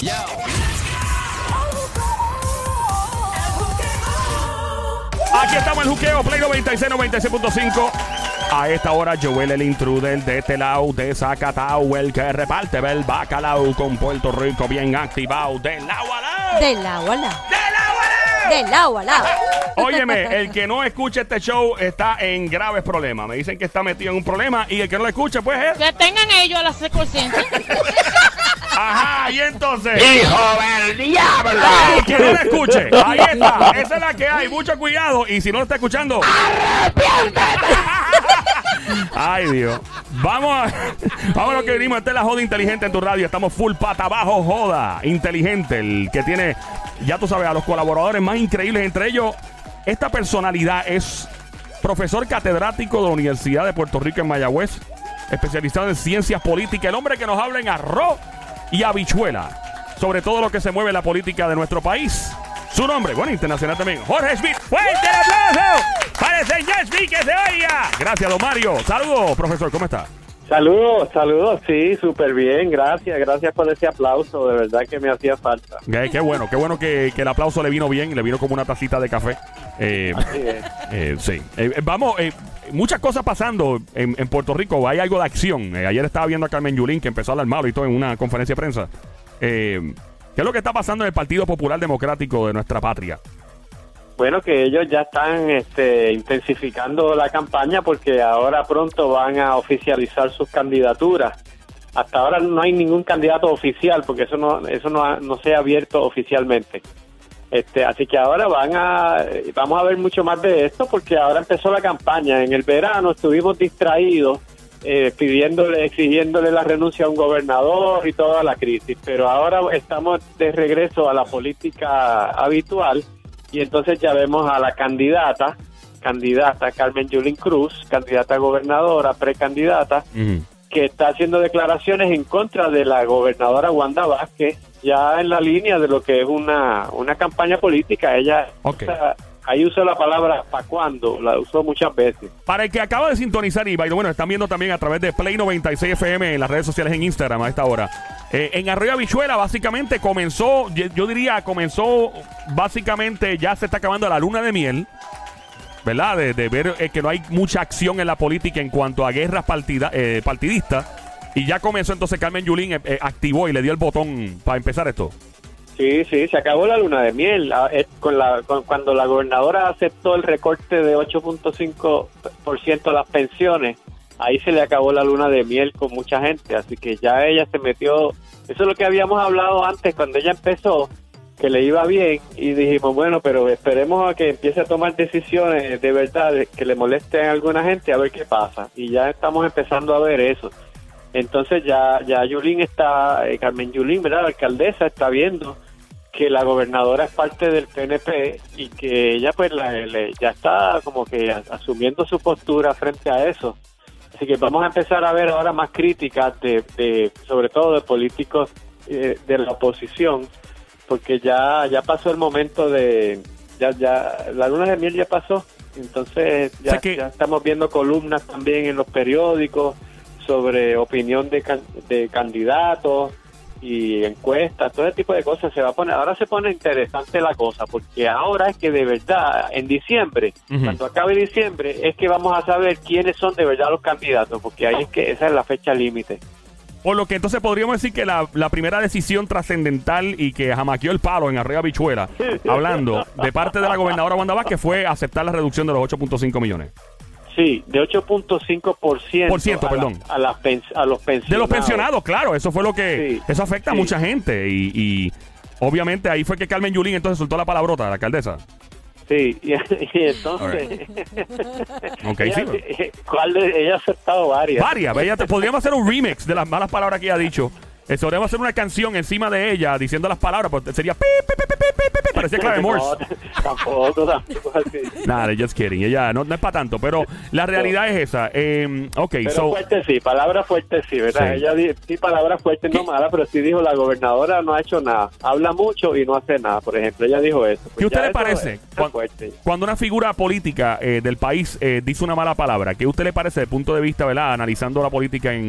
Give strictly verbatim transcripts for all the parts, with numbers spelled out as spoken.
Aquí estamos en el juqueo, Play noventa y seis, noventa y seis punto cinco. A esta hora, Joel el intruder de este lado de Zacatau, el que reparte el bacalao con Puerto Rico bien activado. De lado a lado. De lado a lado. De lado a lado. De lado a lado. Óyeme, el que no escuche este show está en graves problemas. Me dicen que está metido en un problema y el que no lo escuche, pues es... Que tengan ellos a la secuencia. Ajá, y entonces... ¡Hijo del diablo! El que no lo escuche, ahí está. Esa es la que hay. Mucho cuidado. Y si no lo está escuchando... Ay, Dios. Vamos a, vamos a lo que venimos. Esta es la joda inteligente en tu radio. Estamos full pata abajo, joda inteligente. El que tiene, ya tú sabes, a los colaboradores más increíbles. Entre ellos, esta personalidad es profesor catedrático de la Universidad de Puerto Rico en Mayagüez, especializado en ciencias políticas. El hombre que nos habla en arroz y habichuela sobre todo lo que se mueve en la política de nuestro país. Su nombre, bueno, internacional también, Jorge Smith. ¡Fuerte el aplauso para el señor Smith que se oiga! Gracias, don Mario. Saludos, profesor, ¿cómo está? Saludos, saludos, sí, súper bien, gracias, gracias por ese aplauso, de verdad que me hacía falta. Eh, qué bueno, qué bueno que, que el aplauso le vino bien, le vino como una tacita de café. Eh, eh, sí, eh, vamos, eh, muchas cosas pasando en, en Puerto Rico, hay algo de acción. Eh, ayer estaba viendo a Carmen Yulín que empezó a hablar malo y todo en una conferencia de prensa. Eh... ¿Qué es lo que está pasando en el Partido Popular Democrático de nuestra patria? Bueno, que ellos ya están este, intensificando la campaña porque ahora pronto van a oficializar sus candidaturas. Hasta ahora no hay ningún candidato oficial porque eso no eso no, ha, no se ha abierto oficialmente. Este, así que ahora van a vamos a ver mucho más de esto porque ahora empezó la campaña. En el verano estuvimos distraídos. Eh, pidiéndole, exigiéndole la renuncia a un gobernador y toda la crisis, pero ahora estamos de regreso a la política habitual y entonces ya vemos a la candidata, candidata Carmen Yulín Cruz, candidata a gobernadora, precandidata, uh-huh. que está haciendo declaraciones en contra de la gobernadora Wanda Vázquez, ya en la línea de lo que es una, una campaña política. Ella... Okay. O sea, ahí usó la palabra ¿pa' cuándo? La usó muchas veces. Para el que acaba de sintonizar, y bueno, están viendo también a través de Play noventa y seis F M en las redes sociales, en Instagram a esta hora. Eh, en Arroyo Habichuela básicamente comenzó, yo, yo diría, comenzó básicamente, ya se está acabando la luna de miel, ¿verdad? De, de ver eh, que no hay mucha acción en la política en cuanto a guerras partida, eh, partidistas. Y ya comenzó entonces Carmen Yulín, eh, eh, activó y le dio el botón para empezar esto. Sí, sí, se acabó la luna de miel. Con la, con, cuando la gobernadora aceptó el recorte de ocho punto cinco por ciento de las pensiones, ahí se le acabó la luna de miel con mucha gente. Así que ya ella se metió... Eso es lo que habíamos hablado antes, cuando ella empezó, que le iba bien, y dijimos, bueno, pero esperemos a que empiece a tomar decisiones de verdad que le molesten a alguna gente, a ver qué pasa. Y ya estamos empezando a ver eso. Entonces ya ya Yulín está, eh, Carmen Yulín, ¿verdad? La alcaldesa está viendo que la gobernadora es parte del P N P y que ella pues la, le, ya está como que asumiendo su postura frente a eso. Así que vamos a empezar a ver ahora más críticas de, de sobre todo de políticos eh, de la oposición, porque ya ya pasó el momento de ya ya la luna de miel ya pasó. Entonces ya, o sea que... ya estamos viendo columnas también en los periódicos sobre opinión de, can, de candidatos y encuestas, todo ese tipo de cosas se va a poner. Ahora se pone interesante la cosa, porque ahora es que de verdad, en diciembre, uh-huh. cuando acabe diciembre, es que vamos a saber quiénes son de verdad los candidatos, porque ahí es que esa es la fecha límite. Por lo que entonces podríamos decir que la, la primera decisión trascendental y que jamaqueó el palo en Arroyo Habichuela, hablando de parte de la gobernadora Wanda Vázquez, fue aceptar la reducción de los ocho punto cinco millones. Sí, de ocho punto cinco por ciento por ciento, a, perdón. La, a, las pens, a los pensionados. De los pensionados, claro, eso fue lo que... Sí, eso afecta sí. a mucha gente y, y obviamente ahí fue que Carmen Yulín entonces soltó la palabrota, la alcaldesa. Sí, y, y entonces... Okay, ella, sí. ¿Cuál de, ella ha aceptado varias. Varias, ella te, podríamos hacer un remix de las malas palabras que ella ha dicho. Eso, podríamos hacer una canción encima de ella diciendo las palabras, pues sería pi, pi, pi, pi, pi, pi, pi, parecía clave Morse. No, tampoco, tampoco así. Nada, just kidding. Ella no, no es para tanto, pero la realidad no. es esa. Eh, ok, pero so. fuerte sí, palabras fuertes sí, ¿verdad? Sí. Ella di, sí, palabras fuertes no malas, pero sí dijo la gobernadora no ha hecho nada. Habla mucho y no hace nada, por ejemplo. Ella dijo eso. Pues ¿qué a usted le parece? Es, cuando, cuando una figura política eh, del país eh, dice una mala palabra, ¿qué a usted le parece desde el punto de vista, ¿verdad? Analizando la política en,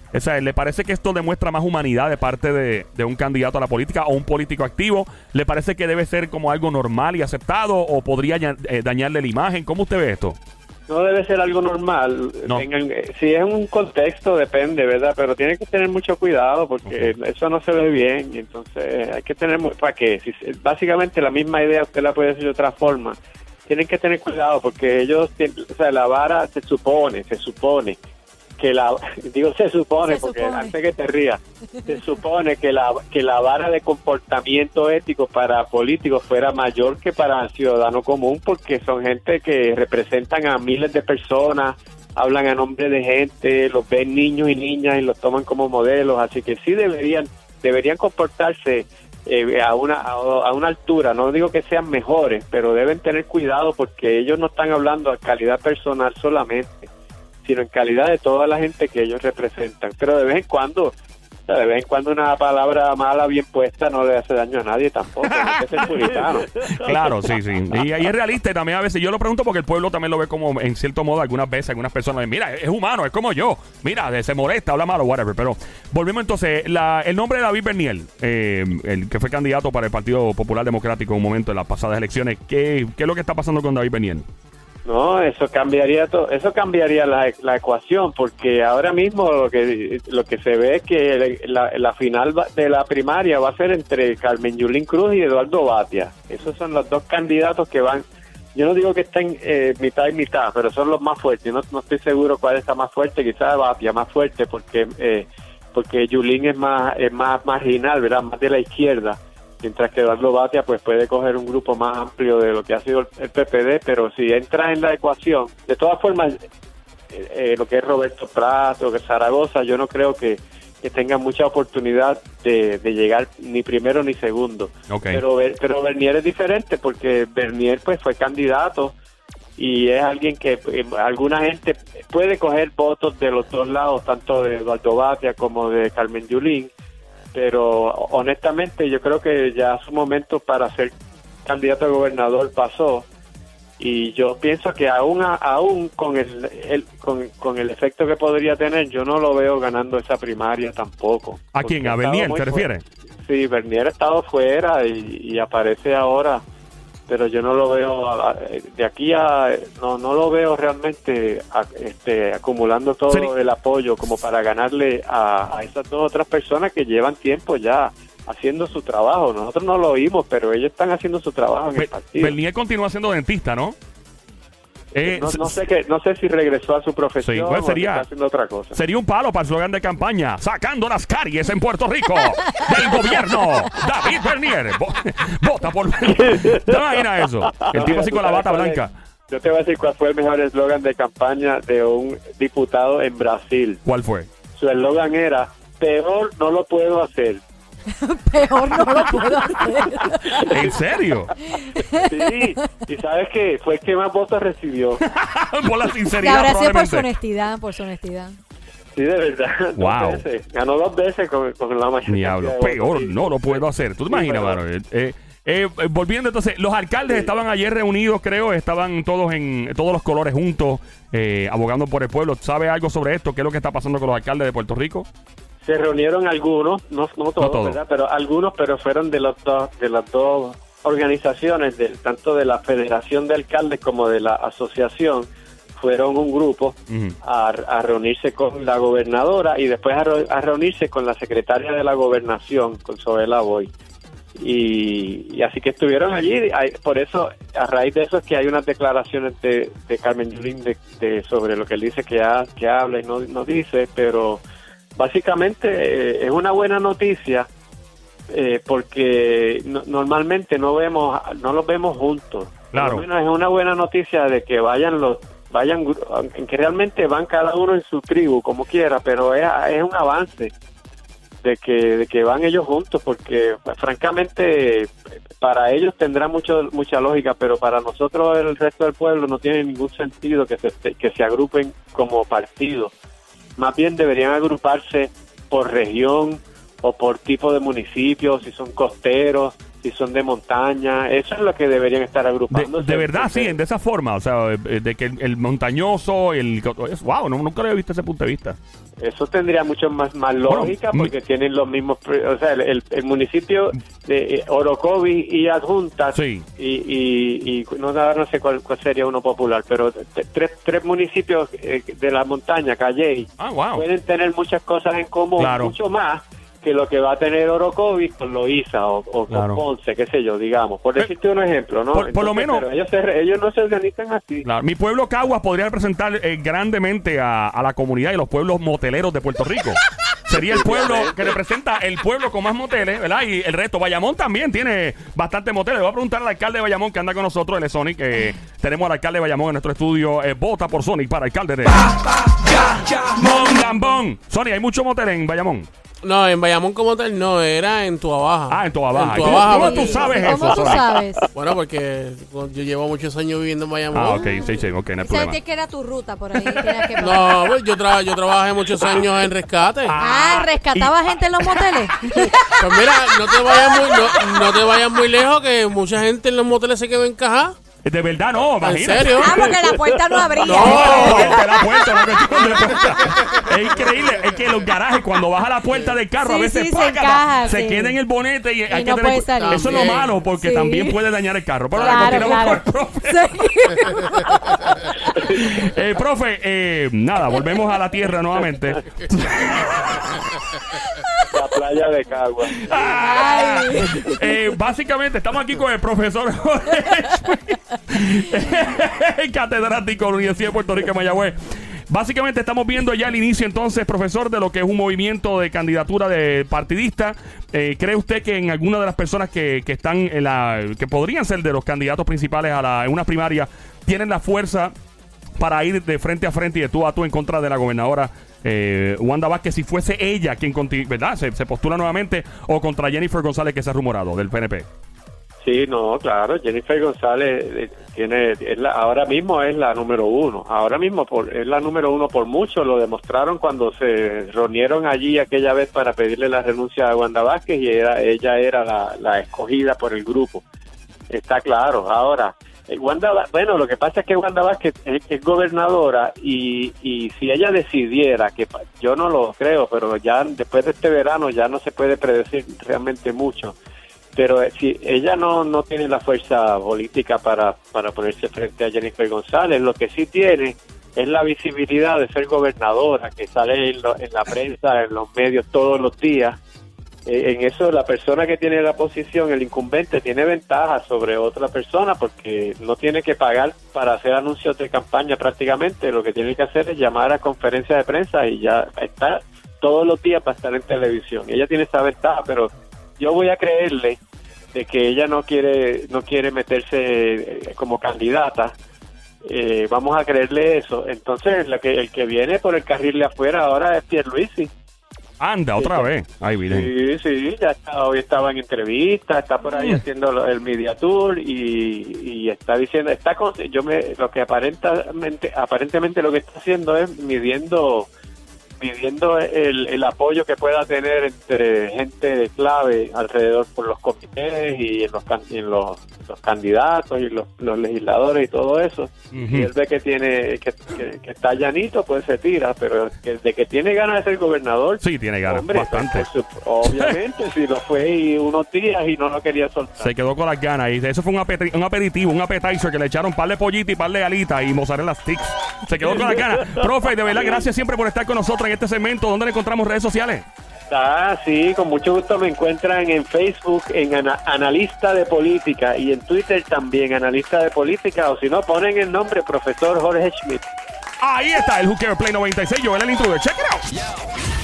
O sea, ¿le parece que esto demuestra más humanidad de parte de, de un candidato a la política o un político activo? ¿Le parece que debe ser como algo normal y aceptado o podría eh, dañarle la imagen? ¿Cómo usted ve esto? No debe ser algo normal. No. Tengan, si es un contexto, depende, ¿verdad? Pero tiene que tener mucho cuidado porque okay. eso no se ve bien. Y entonces hay que tener... ¿Para qué? Si, básicamente la misma idea usted la puede decir de otra forma. Tienen que tener cuidado porque ellos... Tienen, o sea, la vara se supone, se supone... que la digo se supone se porque supone. Antes que te rías se supone que la que la vara de comportamiento ético para políticos fuera mayor que para el ciudadano común porque son gente que representan a miles de personas, hablan a nombre de gente, los ven niños y niñas y los toman como modelos, así que sí deberían deberían comportarse eh, a una a, a una altura, no digo que sean mejores, pero deben tener cuidado porque ellos no están hablando a calidad personal solamente, sino en calidad de toda la gente que ellos representan. Pero de vez en cuando, o sea, de vez en cuando una palabra mala bien puesta no le hace daño a nadie tampoco, no hay que ser puritano. Claro, sí, sí. Y, y es realista y también a veces, yo lo pregunto porque el pueblo también lo ve como, en cierto modo, algunas veces, algunas personas ven, mira, es humano, es como yo, mira, se molesta, habla malo, whatever. Pero volvemos entonces, la, el nombre de David Bernier, eh, el que fue candidato para el Partido Popular Democrático en un momento de las pasadas elecciones, ¿qué, qué es lo que está pasando con David Bernier? No, eso cambiaría todo, eso cambiaría la, la ecuación, porque ahora mismo lo que lo que se ve es que la, la final de la primaria va a ser entre Carmen Yulín Cruz y Eduardo Batia. Esos son los dos candidatos que van, yo no digo que estén eh, mitad y mitad, pero son los más fuertes. No, no estoy seguro cuál está más fuerte, quizás Batia más fuerte, porque eh, porque Yulín es más es más marginal, ¿verdad? Más de la izquierda. Mientras que Eduardo Batia pues puede coger un grupo más amplio de lo que ha sido el P P D, pero si entra en la ecuación, de todas formas, eh, eh, lo que es Roberto Prat o que Zaragoza, yo no creo que, que tengan mucha oportunidad de, de llegar ni primero ni segundo. Okay. Pero pero Bernier es diferente porque Bernier pues fue candidato y es alguien que eh, alguna gente puede coger votos de los dos lados, tanto de Eduardo Batia como de Carmen Yulín. Pero honestamente yo creo que ya su momento para ser candidato a gobernador pasó y yo pienso que aún a, aún con el, el con, con el efecto que podría tener yo no lo veo ganando esa primaria tampoco. ¿A quién? ¿A Bernier te refieres? Sí, Bernier ha estado fuera y, y aparece ahora, pero yo no lo veo de aquí a no no lo veo realmente a, este acumulando todo sí. el apoyo como para ganarle a, a esas dos otras personas que llevan tiempo ya haciendo su trabajo. Nosotros no lo oímos, pero ellos están haciendo su trabajo en Be- el partido. Bernier continúa siendo dentista, ¿no? Eh, no, no sé que no sé si regresó a su profesión sí, pues sería, o está haciendo otra cosa. Sería un palo para el slogan de campaña, sacando las caries en Puerto Rico del gobierno David Bernier. Vota por... ¿Te imaginas eso? El tipo así con la bata blanca. Yo te voy a decir cuál fue el mejor eslogan de campaña de un diputado en Brasil. ¿Cuál fue? Su eslogan era, peor no lo puedo hacer. Peor no lo puedo hacer. ¿En serio? Sí, y ¿sabes qué? Fue el que más votos recibió. Por la sinceridad, ahora sí por su honestidad, por su honestidad. Sí, de verdad. Wow. Dos veces. Ganó dos veces con, con la mayoría. Diablo, peor no lo puedo hacer. ¿Tú te sí, imaginas, mano? Eh, eh, eh, volviendo entonces, los alcaldes sí. estaban ayer reunidos, creo, estaban todos en todos los colores juntos, eh, abogando por el pueblo. ¿Sabe algo sobre esto? ¿Qué es lo que está pasando con los alcaldes de Puerto Rico? Se reunieron algunos, no, no, todos, no todos, ¿verdad? Pero algunos, pero fueron de los dos, de las dos organizaciones, de, tanto de la Federación de Alcaldes como de la Asociación, fueron un grupo uh-huh. a, a reunirse con la gobernadora y después a, a reunirse con la secretaria de la Gobernación, con Zoela Boy. Y, y así que estuvieron allí, hay, por eso, a raíz de eso es que hay unas declaraciones de, de Carmen Yulín de, de, sobre lo que él dice que, ha, que habla y no, no dice, pero... Básicamente eh, es una buena noticia eh, porque no, normalmente no vemos no los vemos juntos. Claro. Es una buena noticia de que vayan los vayan que realmente van cada uno en su tribu como quiera, pero es, es un avance de que de que van ellos juntos porque pues, francamente para ellos tendrá mucho mucha lógica, pero para nosotros el resto del pueblo no tiene ningún sentido que se que se agrupen como partidos. Más bien deberían agruparse por región o por tipo de municipio, si son costeros, si si son de montaña, eso es lo que deberían estar De, agrupando. de verdad, sí, de esa forma, o sea, eh, de que el, el montañoso, el... es- wow, no, nunca lo había visto desde ese punto de vista. Eso tendría mucho más, más lógica Bueno, porque tienen los mismos, pre- o sea, el, el, el municipio de eh, Orocovis y Adjuntas Sí. y, y, y no, no sé cuál, cuál sería uno popular, pero t- tres, tres municipios eh, de la montaña, Calley, Ah, wow. pueden tener muchas cosas en común, Claro. mucho más que lo que va a tener Orocovis con Loíza o, o Claro. con Ponce, qué sé yo, digamos, por Pe- decirte un ejemplo, ¿no? por- por lo menos- pero ellos, se- ellos no se organizan así. Claro, mi pueblo Caguas podría representar eh, grandemente a, a la comunidad y los pueblos moteleros de Puerto Rico. Sería el pueblo que representa el pueblo con más moteles, ¿verdad? Y el resto. Bayamón también tiene bastante moteles. Le voy a preguntar al alcalde de Bayamón que anda con nosotros, él es Sonic. Eh, tenemos al alcalde de Bayamón en nuestro estudio. Eh, vota por Sonic para alcalde de Bayamón. Sonic, ¿hay mucho motel en Bayamón? No, en Bayamón como tal no, era en Tua Baja. Ah, en Toa Baja. En Tua ¿Cómo, Baja, cómo porque- tú sabes ¿Cómo eso, tú Sonic? sabes? Bueno, porque yo llevo muchos años viviendo en Bayamón. Ah, ok, sí, sí, ok, no hay problema. ¿Sabes que era tu ruta por ahí? Tenías que No, pues, yo, tra- yo trabajé muchos años en rescate. Ah, ¿rescataba gente en los moteles? Pues mira, no te vayas muy, no, no te vayas muy lejos, que mucha gente en los moteles se quedó encajada. De verdad, no, ¿En imagínate. serio? Ah, porque la puerta no abría. No, la puerta, la puerta, la cuestión de la puerta. Es increíble, es que los garajes, cuando vas a la puerta del carro, a Sí, veces sí, se pácata, encaja, se sí. queda en el bonete y, hay que no tener puede cu- salir. Eso es lo También. malo, porque Sí. también puede dañar el carro. Pero ahora Claro, continuamos claro. con el profe. Sí. Eh, profe, eh, nada, volvemos a la tierra nuevamente. La playa de Caguas. Ah, Ay. eh, básicamente estamos aquí con el profesor Jorge Schmidt, catedrático de la Universidad de Puerto Rico en Mayagüez. Básicamente estamos viendo ya el inicio entonces, profesor, de lo que es un movimiento de candidatura de partidista. Eh, ¿Cree usted que en alguna de las personas que, que están en la, que podrían ser de los candidatos principales a la, en una primaria, tienen la fuerza para ir de frente a frente y de tú a tú en contra de la gobernadora eh, Wanda Vázquez, si fuese ella quien conti- ¿verdad? Se, se postula nuevamente, o contra Jennifer González, que se ha rumorado del P N P? Sí, no, claro, Jennifer González eh, tiene, es la, ahora mismo es la número uno, ahora mismo por, es la número uno por mucho, lo demostraron cuando se reunieron allí aquella vez para pedirle la renuncia a Wanda Vázquez y era, ella era la, la escogida por el grupo, está claro. Ahora, eh, Wanda, bueno, lo que pasa es que Wanda Vázquez es, es gobernadora y, y si ella decidiera, que pa- yo no lo creo, pero ya después de este verano ya no se puede predecir realmente mucho, pero eh, si ella no, no tiene la fuerza política para, para ponerse frente a Jennifer González, lo que sí tiene es la visibilidad de ser gobernadora, que sale en, lo- en la prensa, en los medios todos los días. Eh, en eso la persona que tiene la posición, el incumbente, tiene ventaja sobre otra persona porque no tiene que pagar para hacer anuncios de campaña prácticamente, lo que tiene que hacer es llamar a conferencias de prensa y ya está todos los días para estar en televisión. Ella tiene esa ventaja, pero yo voy a creerle de que ella no quiere no quiere meterse eh, como candidata. Eh, vamos a creerle eso. Entonces lo que, el que viene por el carril de afuera ahora es Pierluisi. Anda, otra Sí. vez. Ay, miren. Sí, sí, ya está, hoy estaba en entrevista, está por ahí Mm. haciendo lo- el media tour y, y está diciendo, está con, yo me, lo que aparentemente, aparentemente lo que está haciendo es midiendo midiendo el, el apoyo que pueda tener entre gente clave alrededor por los comités y en los can- y en los, los candidatos y los, los legisladores y todo eso. Ujú. Y él ve que tiene que, que, que está llanito, pues se tira, pero que, de que tiene ganas de ser gobernador. Sí, tiene ganas, Hombre, bastante. pues, por su- obviamente, si lo fue y unos días y no lo quería soltar. Se quedó con las ganas. Y eso fue un, apeti- un aperitivo, un appetizer que le echaron par de pollita y par de alitas y mozzarella sticks. Se quedó con las ganas. Profe, de verdad, gracias siempre por estar con nosotros en este segmento. ¿Dónde le encontramos redes sociales? Ah, sí, con mucho gusto me encuentran en Facebook, en ana- Analista de Política, y en Twitter también, Analista de Política, o si no, ponen el nombre Profesor Jorge Schmidt. Ahí está el Hooker Play noventa y seis. Joel el intruder. Check it out.